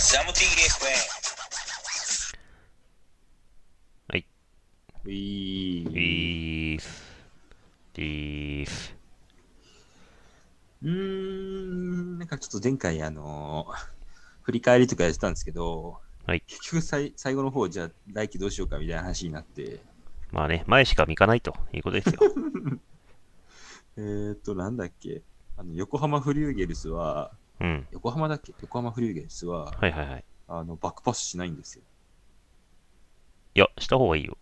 はい。いーす。いーす。 なんかちょっと前回、振り返りとかやってたんですけど、 はい。 結局最後の方、じゃあ来期どうしようかみたいな話になって、 まあね、前しか見かないということですよ。 なんだっけ、横浜フリューゲルスは、 うん。 横浜だっけ横浜フリューゲルスは、 はいはいはい。 バックパスしないんですよ。 いや、した方がいいよ。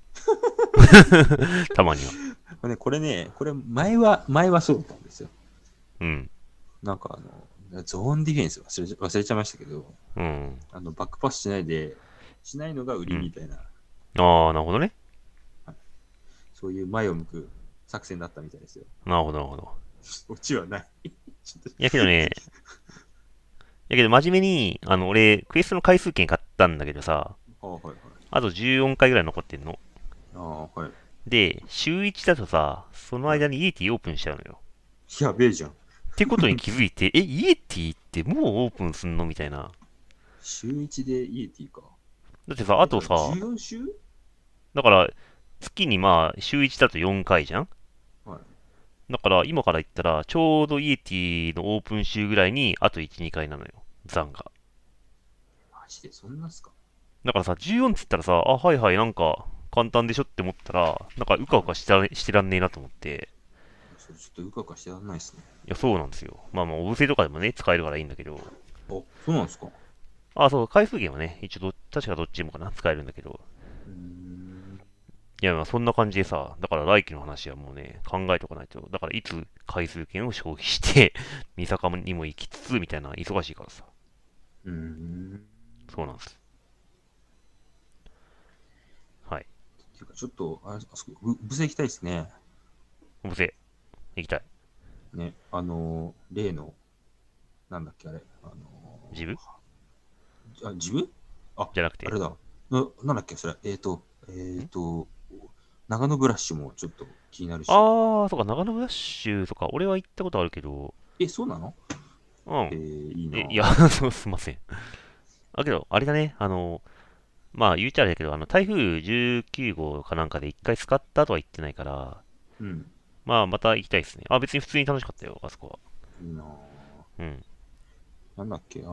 たまには。 これ前はそうだったんですよ。 うん。 なんかゾーンディフェンス忘れちゃいましたけど、 うん。 バックパスしないのが売うん。 りみたいな、 ああ、なるほどね。 はい、そういう前を向く作戦だったみたいですよ。 なるほど、なるほど。 オチはない。ちょっいやけどね、やけど真面目に、俺、クエストの回数券買ったんだけどさ、 とはいはい。 あと14回ぐらい残ってんの。 はい。 で、週1だとさ、そのは間にイエティオープンしちゃうのよ。 い。やべえじゃん。 ってことに気づいて、イエティってもうオープンすんのみたいな。 週1でイエティか。 だってさ、あとだからさ、 14週だから、月にまあ、週1だと4回じゃん。 はい。 だから、今から言ったら、ちょうどイエティのオープン週ぐらいに、あと1、2回なのよ。残が。 マジでそんなっすか？ だからさ、14っつったらさ、あ、はいはい、なんか、簡単でしょって思ったら、なんか、うかうはかしてらんねえなと思って。 い。それちょっとうかうかしてらんないっすね。 いや、そうなんですよ。まあまあ、お布施とかでもね、使えるからいいんだけど。 あ、そうなんですか？ あ、そう、回数券はね、一応確かどっちもかな、使えるんだけど。 うーん。 いや、まあそんな感じでさ、だから来期の話はもうね、考えておかないと。だからいつ回数券を消費して、三坂にも行きつつ、みたいな、忙しいからさ。 うーん。 そうなんです。はい。 ていうか、ちょっと、あそこ、ブセ行きたいですね。 お布施、行きたい。 ね。例の、なんだっけ、あれ。 自分自分じゃなくて。 あれだ。なんだっけ、それ。長野ブラッシュもちょっと気になるし。 そっか、長野ブラッシュとか、俺は行ったことあるけど、 そうなの？ うん。 いいないや、 ぁ。 そう、すいません。けど、あれだね、まあ言うちゃあれだけど、台風19号かなんかで一回使ったとは言ってないから、 うん。 まあまた行きたいですね。あ、別に普通に楽しかったよ、あそこは。 いいなぁ。 うん。 なんだっけ、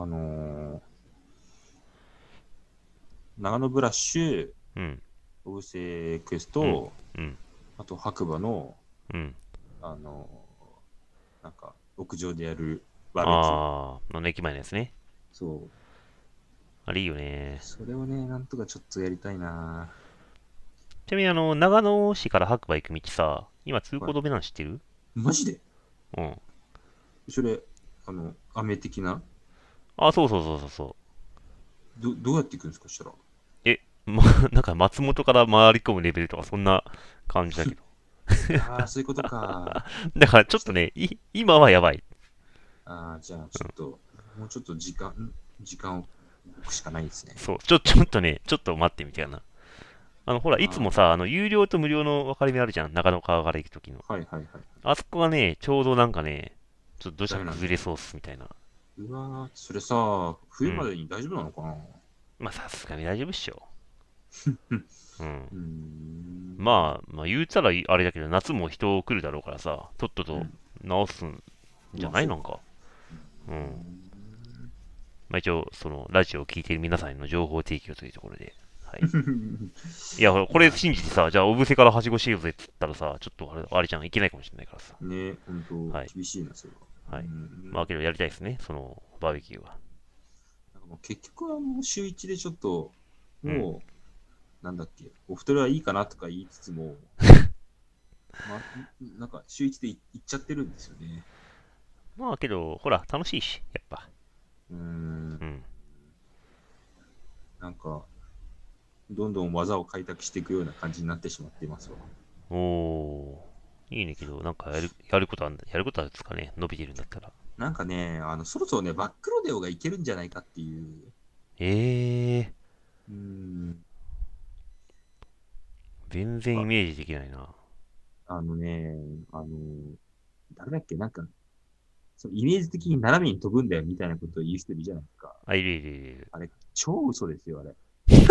長野ブラッシュ、 うん。 小布施クエスうん。 ト、 うん。 あと白馬の、 うん。 あのなんか、屋上でやるバーベキュー。 駅前のやつね。 そう。 あれいいよね。 それをね、なんとかちょっとやりたいなちなみに長野市から白馬行く道さ、今通ぁ。はい。 行止めなの知ってる？ マジで？ うん。 それ、雨的なあ、そうそうそうそうそう。 どうやって行くんですか、したら。 なんか松本から回り込むレベルとかそんな感じだけど。 そういうことか。 だからちょっした。 とね、今はやばい。 じゃあ、ちょっと、もうちょっと時間を置くしかないですね。 そう、ちょっとね、ちょっと待ってみてやな。ほら、いつもさ、 あ有料と無料の分かれ目あるじゃん。中野川から行くときの。 はいはいはい。 あそこがね、ちょうどなんかね、ちょっと土砂ダメなんだ。 崩れそうっすみたいな。 うわそれさ、冬まうん。 でに大丈夫なのかな？ まあ、さすがに大丈夫っしょ。 うん。 うん。 うーん。 まあ、言うたらあれだけど、夏も人来るだろうからさ、とっととうん。 直すんじゃまあ、そうか。 ないなんか。 うーうん。 ん。 まあ一応、ラジオを聞いている皆さんへの情報提供というところで。はい。いや、ほら、これいや、 信じてさ、じゃあ、お布施からはしごしようぜっつったらさ、ちょっとあれじゃん、いけないかもしれないからさ。 ね、本当はい。 厳しいな、それは。うはい。まあ、 ん。 けどやりたいですね、バーベキューは。 なんかもう結局はもう週一でちょっと、 うん。 もう、なんだっけ、お太りはいいかなとか言いつつも、まあ、なんか週一で行っちゃってるんですよね。 まあ、けど、ほら、楽しいし、やっぱ。 うーん。 うん。 なんか、どんどん技を開拓していくような感じになってしまっていますわ。 おー。いいねけど、なんかやることやることあるんですかね、伸びてるんだったら。 なんかね、そろそろね、バックロデオがいけるんじゃないかっていう、 ええうーん、 ー、全然イか、 メージできないな。 あのね、あの、誰だっけ、なんか、 そのイメージ的に斜めに飛ぶんだよみたいなことを言う人いるじゃないですか。 あ、いるいるいる。 あれ、超嘘ですよ、あれ。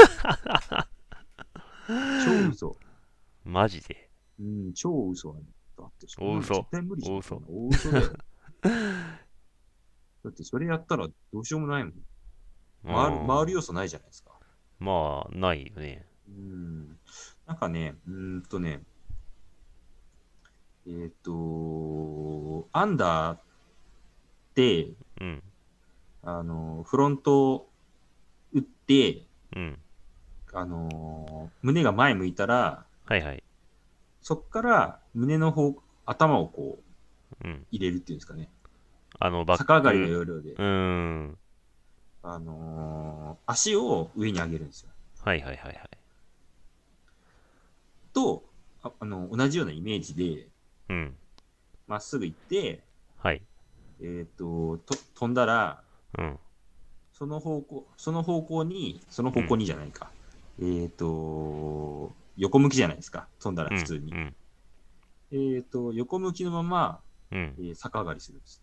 超嘘。 マジで。 うん、超嘘あれ。だってそんなの絶大嘘。 対無理じゃん。そん大嘘。 な大嘘だよ。だってそれやったらどうしようもないもん。 う回るん。 要素ないじゃないですか。 まあ、ないよね。 うん。なんかね、アンダーって、 うん。 フロント打って、 うん。 胸が前向いたら、 はいはい。 そっから胸の方、頭をこううん。 入れるっていうんですかね。 バッ逆上がりのク、 要領で、 うーん。 足を上に上げるんですよ。 はいはいはいはい。 と、同じようなイメージで、 うん。 まっすぐ行って、 はい。 飛んだら、 うん。 そのうん。 方向にじゃないか。横向きじゃないですか。飛んだらうん。 普通に。 うん。 横向きのまま、 うん。 逆上がりするんです。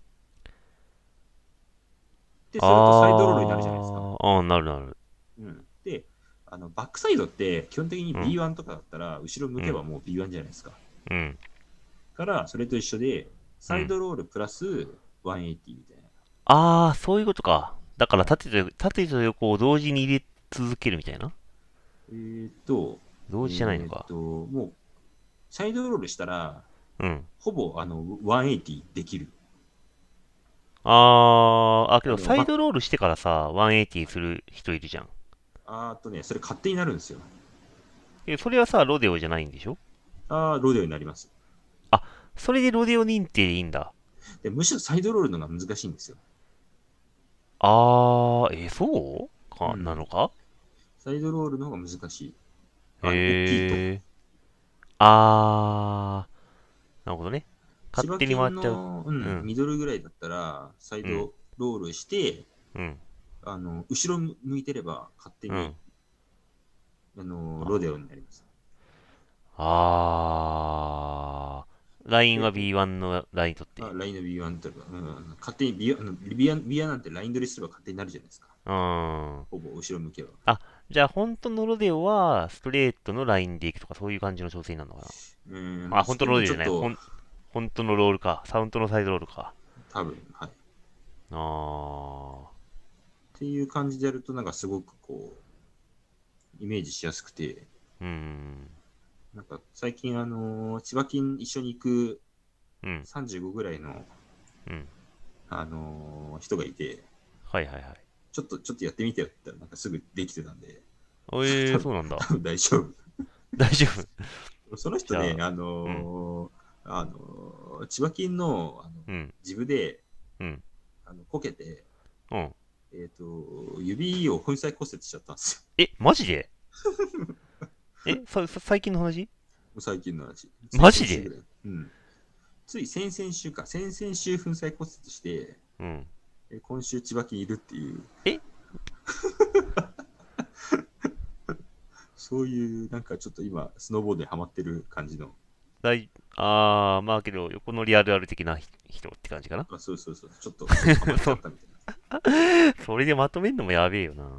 で、するとサイドロールになるじゃないですか。 なるなる。 うん。で、バックサイドって基本的にうん。 B1 とかだったら、後ろ向うん。 けばもう B1 じゃないですか。 うん。 から、それと一緒で、 うん。 サイドロールプラス180みたいな。 そういうことか。だから縦と横を同時に入れ続けるみたいな。 えーっと、 同時じゃないのか。 もう、サイドロールしたら、 うん。 ほぼ180できる。 けどあの、バサイドロールしてからさ、180する人いるじゃん。 それ勝手になるんですよ。 それはさ、ロデオじゃないんでしょ？ ロデオになります。 あ、それでロデオ認定でいいんだ。 で、むしろサイドロールの方が難しいんですよ。 そうか、なうん。 のか？ サイドロールの方が難しい。大きいと。 へえ。あなるほどね。勝千葉手に回っちゃう。 県の、 うん。 ミドルぐらいだったら、サイうん。 ドロールして、 うん。 後ろ向いてれば勝手に、 うん。 ロデオになります。 ラインは結構、 B1 のライン取って。 ラインの B1 とか、勝手に B1 なんてライン取りすれば勝手になるじゃないですか。 うーん。 ほぼ後ろ向けば。 あ、じゃあ本当のロデオはストレートのラインでいくとかそういう感じの調整になるのかな。本当でものロデオじゃない。 ちょっと、 本当のロールか。サウンドのサイドロールか。 多分、はい。っあー。 ていう感じでやると、なんかすごくイメージしやすくて、 うーん。 なんか最近千葉県一緒に行くうん。 35ぐらいの、 うん。 人がいて、 はいはいはい。 ちょっとやってみてよって言ったら、なんかすぐできてたんで、多分、 そうなんだ。 多分大丈夫。 大丈夫。 その人ね、 じゃあ、うん。 千葉県の、 うん。 自分で、 うん。 こけて、 うん。 指を粉砕骨折しちゃったんですマジで？最近の話？ よ。最近の話。ついマジで？ 先週ぐらい。うん。つい先々週か。先々週粉砕骨折して、 うん。 今週千葉県いるっていう、 えそういう、なんかちょっと今、スノーボードにハマってる感じの。 まあけど、横乗りあるある的な人って感じかな。 そうそうそう。ちょっとハマっちゃったみたいな。 それでまとめんのもやべえよな。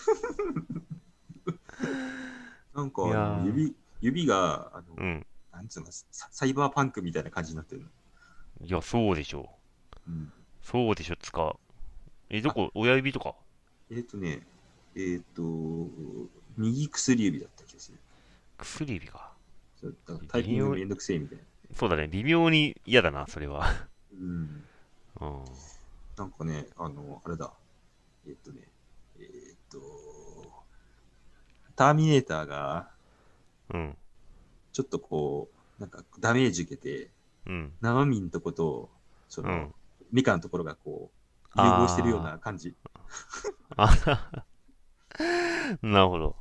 なんかいやー、 指が、 うん。 なんつうの、サイバーパンクみたいな感じになってるの。 いや、そうでしょうん。 う。そうでしょ、どあ、 こ親指とか？ えっ、とね、えっ、と、右薬指だった気がする。 薬指か。 そうだからタイ微妙、 ピングめんどくせえみたいな。 そうだね。微妙に嫌だな、それは。 うん。 うん。 なんかね、あれだ。えっ、とね、えっ、と、ターミネーターが、 うん。 ちょっとなんかダメージ受けて、 うん。 生身のとこと、その、 うん。 ミカのところが融合してるようあな感じ。 あ、なるほど。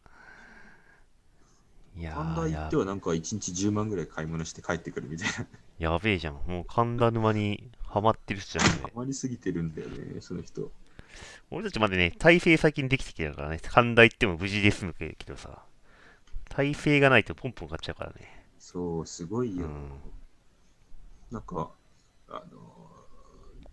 い神やー、 田行ってはなんか1日10万ぐらい買い物して帰ってくるみたいな。 やべえじゃん。もう神田沼にハマってる人じゃん、それ。 ハマりすぎてるんだよね、その人。 俺たちまでね、体勢最近できてきてるからね。神田行っても無事で済むけどさ。体勢がないとポンポン買っちゃうからね。 そう、すごいよ。 うん。 なんか、あの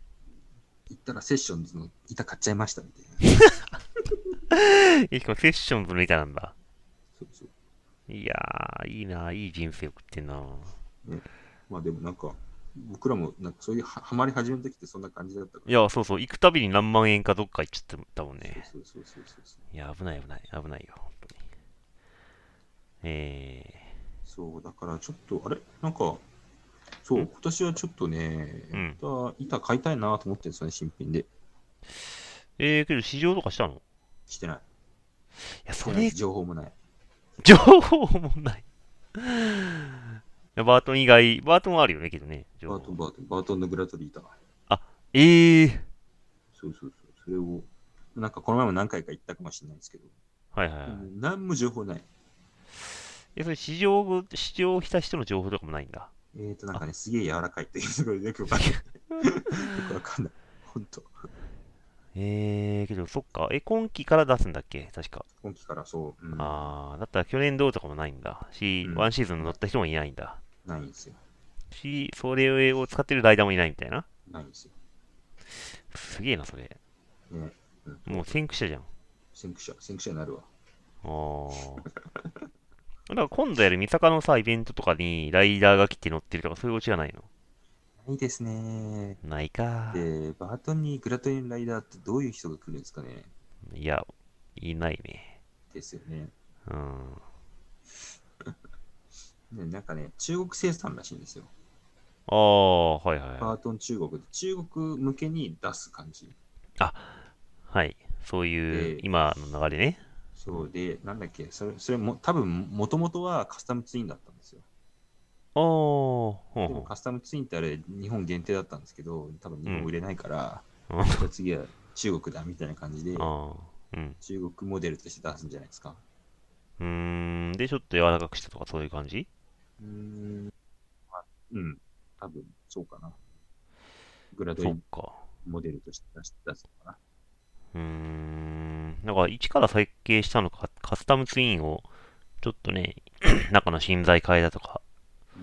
行ったらセッションズの板買っちゃいましたみたいな。 しかもセッションズの板なんだ。 そうそいやー、いいな、いい人生送ってんな。 う。ね。まあでもなんか、僕らもなんかそういうハマり始めた時ってそんな感じだったから。 いや、そうそう、行くたびに何万円かどっか行っちゃってたもんね。 そうそうそうそうそうそう。 いや、危ない危ない、危ないよ、本当に。 そう、だからちょっと、あれなんか、そう、今年はちょっとね、 うん。 板買いたいなと思ってるんですよね、新品で。 けど試乗とかしたの？いしてない。 や、それ、 してないし、情報もない。 情報もない。いやバートン以外、バートンはあるよね、けどね、情報。 バートンのグラトリー板。 あ、ええー。 そうそうそう。それを、なんかこの前も何回か言ったかもしれないですけど、 はいはいはい。 何も情報ない。 それ試乗した人の情報とかもないんだ。 なんあ、 かね、すげえ柔らかいっていうところでよくわかんない。よくわかんない。ほんと。 けどそっか。今期から出すんだっけ確か。 今期からそう、 だったら去年どうとかもないんだ。ワンシーズン乗った人もいないんだ。 ないんですよ。 それを使ってるライダーもいないみたいな。 ないんですよ。 すげえな、それ。 ね。 もう先駆者じゃん。 先駆者になるわ。 あー。だから今度やる三坂のさ、イベントとかにライダーが来て乗ってるとかそういうオチはないの？ ないですね。 ないか。 で、バートンにグラトリーのライダーってどういう人が来るんですかね。 いや、いないね。 ですよね。 うん。 ね、なんかね、中国生産らしいんですよ。 はいはいはい。 バートン中国で、中国向けに出す感じ。 あ、はい。そういうで、 今の流れね。うん。 そうで、なんだっけ、それも、多分もともとはカスタムツインだったんですよ。でもほんほん。 カスタムツインってあれ、日本限定だったんですけど、多分日うん。 本売れないから、 うん。 じゃあ次は中国だみたいな感じで、 あうん。 中国モデルとして出すんじゃないですか。 で、ちょっと柔らかくしたとかそういう感じ？ うーん、まあ、うん、多分そうかな。グラドリそっか。 モデルとして出すのかな。 なんか一から設計したのか、カスタムツインをちょっとね、中の芯材変えたとか、 うん。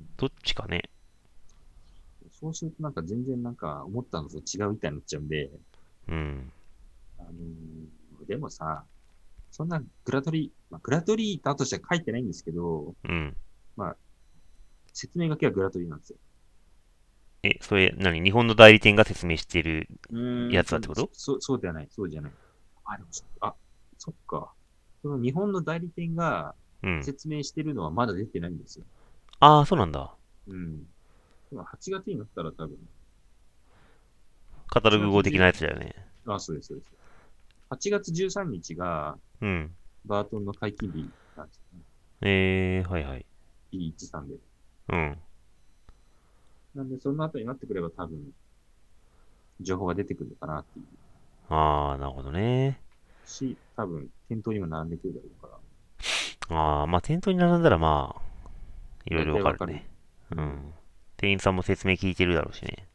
どっちかね。 そうするとなんか全然なんか思ったのと違うみたいになっちゃうんで、 うん。 でもさ、そんなグラドリーだとしては書いてないんですけど、 うん。 まあ、説明書きはグラドリーなんですよ。 それ、日本の代理店が説明しているやつだってこと？ そうではない、そうじゃない。でもそっか。その日本の代理店がうん。 説明してるのはまだ出てないんですよ。 ああ、そうなんだ。 うん。でも8月になったら多分、 カタロ 8月グ語的なやつだよね。 そうです、そうです。8月13日がうん。 バートンの解禁日なんですよね。 はいはい。 B13 で。 うん。 なんで、その後になってくれば多分、情報が出てくるのかなっていうなるほどね。 し、多分、店頭にも並んでくるだろうから、 まあ店頭に並んだらまあ、いろい大ろわ体わかる。 かるね。 うん。 うん。店員さんも説明聞いてるだろうしね。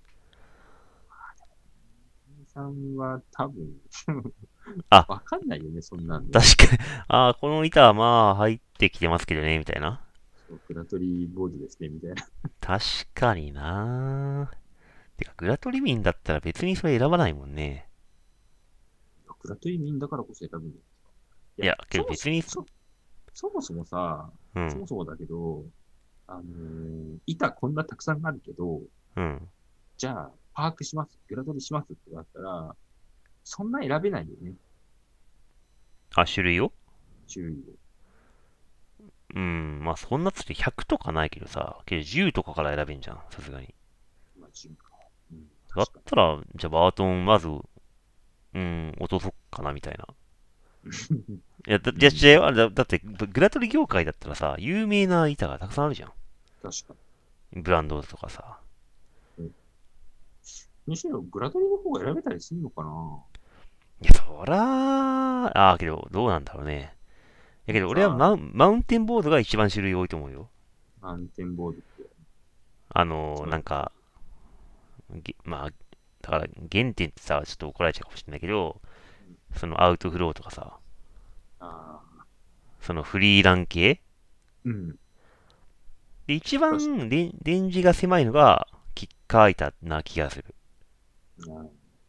店員さんは多分あ、 わかんないよね、そんなんで。 確かに。この板はまあ入ってきてますけどね、みたいな。 そう、クラトリーボードですね、みたいな。 確かにな。てか、グラトリミンだったら別にそれ選ばないもんね。 クラトリー民だからこそ選ぶんじゃないですか。いや、 いや、けど別に、 そもそもさ、 うん、 そもそもだけど、板こんなたくさんあるけど、 うん。 じゃあ、パークします、グラトリしますってなったら、そんな選べないよね、 種類を。 注意を。 うん、まあそんなつって100とかないけどさ、けど10とかから選べんじゃん、さすがに。 まあ、注意か。うん、 だっ確かたら、じゃあバートンまず、落とそうかな、みたいな。 に。 いや、 うん、 だって、グラトリ業界だったらさ、有名な板がたくさんあるじゃん。 確かブランドとかさ。 に。むしろグラトリの方が選べたりするのかな。 いや、そらけど、どうなんだろうね。やけど、俺はでもさ、 マウンテンボードが一番種類多いと思うよ。 マウンテンボードって一番、 なんか、まあ、だから原点ってさ、ちょっと怒られちゃうかもしれないけど、そのアウトフローとかさ、 ああ、 そのフリーラン系うん、 で、一確か番レンジが狭いのが、キッカー板な気がする。 に。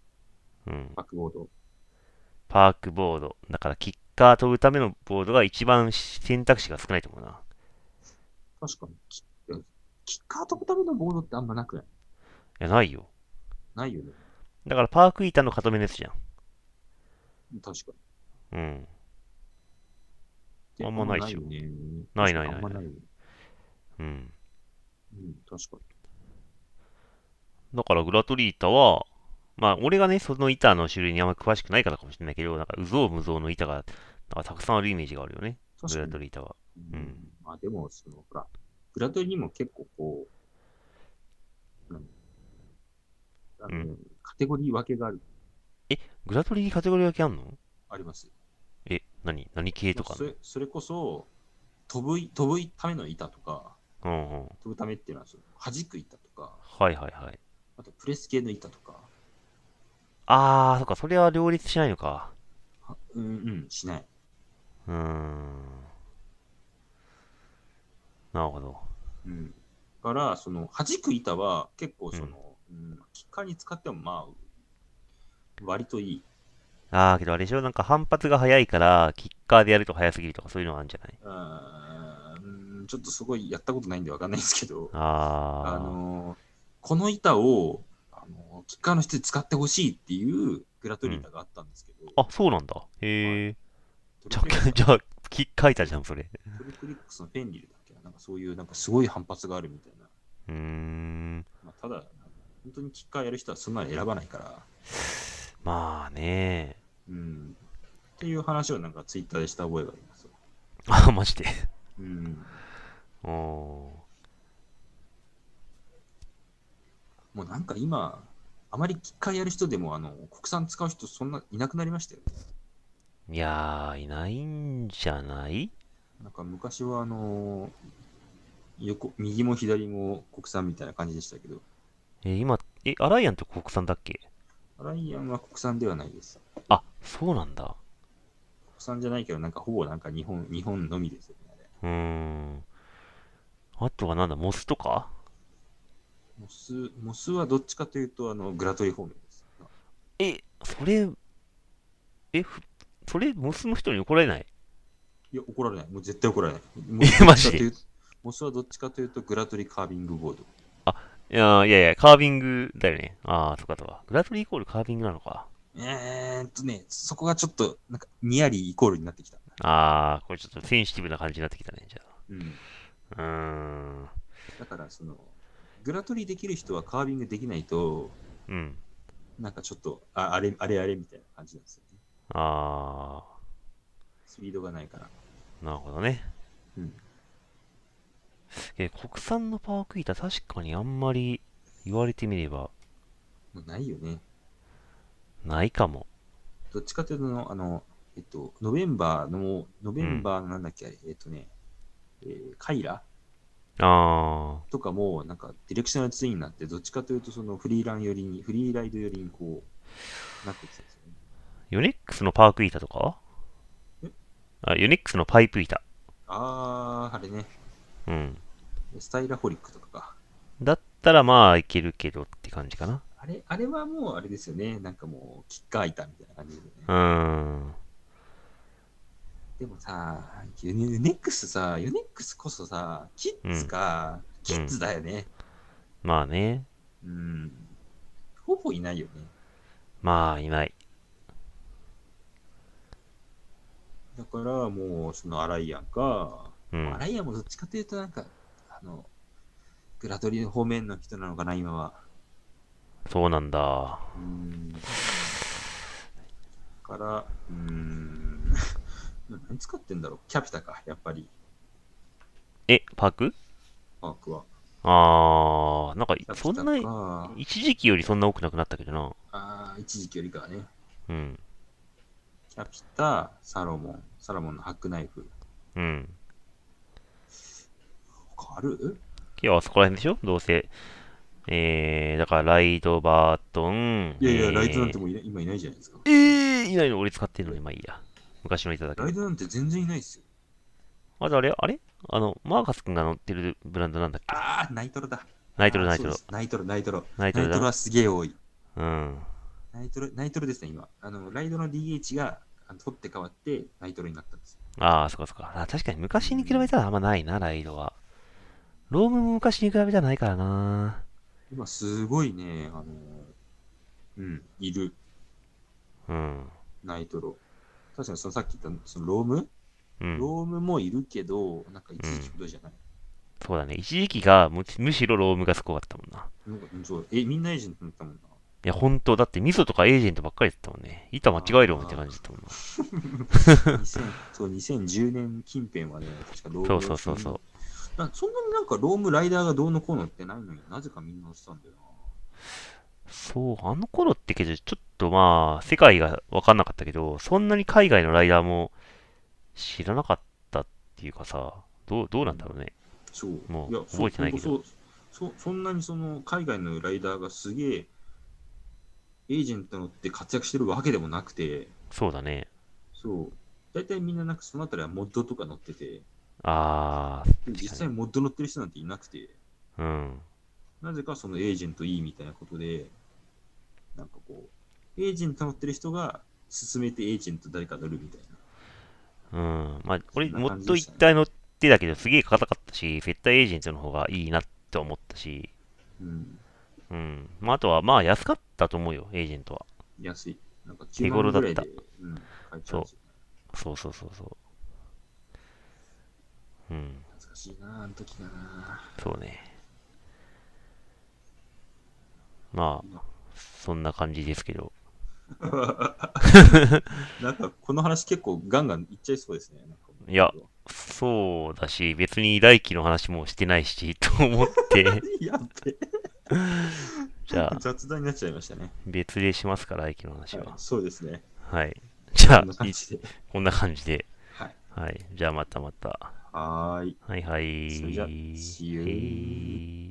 うん。 バックボード。 パークボード。だからキッカー飛ぶためのボードが一番選択肢が少ないと思うな。 確かに。キッカー飛ぶためのボードってあんまなくない？ いや、ないよ。 ないよね。 だからパーク板の固めのやつじゃ確かに。 ん。うん。あで、 んあんままないでしょ。 ないよね。 ない確かにないないない。 あんまないよね。 うん。 うん、確かだからグラトリータは、まあ、俺がね、その板の種類にあんま詳しくないからかもしれないけど、なんか、うぞうむぞうの板が、なんかたくさんあるイメージがあるよね。 に。 グラ確かに。 トリータは。 ううん。 ん、まあでも、ほら、グラトリにも結構こう、 うん。 カテゴリー分けがえ、グラトリーにカテゴリー分けあんの？ あります。 え、何系とかの？ それこそ、飛ぶための板とか、 うんうん。 飛ぶためっていうのは弾く板とか、 はいはいはい。 あとプレス系の板とか、 そっか、それは両立しないのか。 うんうん、しない。 うーん。なるほど。 うん。から、弾く板は結構うん。 キッカーに使ってもまあ、割といい。 けどあれでしょ、なんか反発が速いから、キッカーでやると速すぎるとかそういうのはあるんじゃない？ ちょっとすごいやったことないんでわかんないですけど、ああのーこの板を、キッカーの人に使ってほしいっていうグラトうん。 リー板があったんですけど、 そうなんだ。 はい。 へえ。 トリプレックスじゃあ、キッカー板じゃん、それ。 トリプレックスのフェンリルだっけな、なんかそういうなんかすごい反発があるみたいな。 うーん。 まあ、ただ、本当にキッカーやる人はそんなの選ばないから、 まあね。 うん。っていう話をなんかツイッターでした覚えがあります。 マジで。 うん。 おー。 もうなんか今、あまりキッカーやる人でも、国産使う人そんないなくなりましたよね。 いやいないんじゃない？ なんか昔は右も左も国産みたいな感じでしたけど、 今、アライアンって国産だっけ？ アライアンは国産ではないです。 そうなんだ。 国産じゃないけど、なんかほぼなんか日本のみですよね、あれ。 うーん。あとはなんだ、モスとか？ モスはどっちかというと、グラトリ方面です。 それ、え、ふそれ、モスの人に怒られない？ いや、怒られない。もう絶対怒られない。 マジで？ モスはどっちかというと、グラトリカービングボード。 あ、いやいや、カービングだよね。そっかそっか。グラトリーイコールカービングなのか。 そこがちょっと、なんか、ニアリーイコールになってきた。 これちょっとセンシティブな感じになってきたね、じゃうん。 あ。 だから、グラトリできる人はカービングできないと、 うん。 なんかちょっと、あれみたいな感じなんですよね。 あスピードがないから。 なるほどね。 うん。 国産のパークイーター確かにあんまり言われてみればもうないよね。 ないかも。 どっちかというと、ノベうん。 ンバーのなんだっけ、あれ、カイラあとかも、なんか、ディレクショナルツインになって、どっちかというと、フリーライド寄りになってきたんですよね。 ヨネックスのパークイーターとか？ えヨネックスのパイプイータあれね、 ー。うん。 スタイラホリックとかか。 だったらまあいけるけどって感じかな。 あれはもうあれですよね。なんかもう、キッカー板みたいな感じでね。 うーん。 でもさ、ユネックスこそさ、 うん。 キッズうん。 だよね。 まあね。 うん。ほぼいないよね。 まあいない。 だからもう、そのアライアンか、アうん。 ライアンもどっちかというとなんか、グラトリの方面の人なのかな、今は。 そうなんだ。 うん。から、何使ってんだろう。キャピタか、やっぱり、 パーク？ パークは。 なんかキャピタそんな、 か、 一時期よりそんな多くなくなったけどな。 一時期よりかはね。 うん。 キャピタ、サロモンのハックナイフ。 うん。 他ある？ 今日はそこら辺でしょどうせ。だからライドバートン、 いやいや、ライトなんてもう今いないじゃないですか。 いないの俺使ってんのに、まあいいや。昔のいただけで。 ライトなんて全然いないですよ。 あれマーカス君が乗ってるブランドなんだっけ？ ナイトロだ。 ナイトロ、ナイトロ。 そうです。ナイトロ。 ナイトロだな。 ナイトロはすげえ多い。 うん。 ナイトロですね、今。ライドの DH が取って変わってナイトロになったんですよ。 ああ、そっかそっか。あ、確かにう昔に比べん。 たらあんまないな、ライドは。ロームも昔に比べたらないからな。 今すごいね、いる、 うん。 ナイトロ。確かにそのさっき言ったそのロームうん。 ロームもいるけど、なんか一時期うん。 ほどじゃない。 そうだね。一時期がむしろロームがすごかったもんな。 なんかそう、みんなエージェントになったもんな。 いや、本当だってミソとかエージェントばっかりだったもんね。板間違えるもんってああ、 感じだったもんな。 2010年近辺はね、確かローそうムそんな、 そうそうそう。 そんなになんかロームライダーがどうのこうのってないのになぜかみんな押したんだよそう、あの頃ってけど、ちょっとまあ、世界がわかんなかったけど、そんなに海外のライダーも知らなかったっていうかさ、どうな。うん、 なんだろうね。 そう。いや、 もう覚そう、 えてないけど。 ほんとそう。そんなにその海外のライダーがすげえエージェント乗って活躍してるわけでもなくて、 そうだね。 そう。大体みんななんかそのあたりはモッドとか乗ってて、 あでも確かに。 実際モッド乗ってる人なんていなくて、 うん。 なぜかそのエージェントいいみたいなことで、なんかこう、エージェント乗ってる人が進めてエージェント誰か乗るみたいな、 うん。まあ、俺、 そんなもっと感じでしたね。 一体乗ってたけど、すげえ硬かったし、絶対エージェントの方がいいなって思ったし、 うん。 うん。まあ、あとは、まあ、安かったと思うよ、エージェントは。 安い。なんか9 手頃だった。 万ぐらいで、買えちゃうんそですよね。 う。そうそうそうそう。うん。 懐かしいな、あの時だな。 そうね。まあ、 今そんな感じですけど。 なんかこの話結構ガンガンいっちゃいそうですね。なんかもういや、 今そうだし、別に来期の話もしてないし、と思って、 度やっべ。 じゃあ、 雑談になっちゃいましたね。 別でしますか、来期の話はい、 は。 そうですね。 はい。じゃあ、 こんな感じで。 こんな感じで。 はい。 はい。じゃあ、またまた。 はーい。 はいはそれじゃ、 い。 See へ you. い。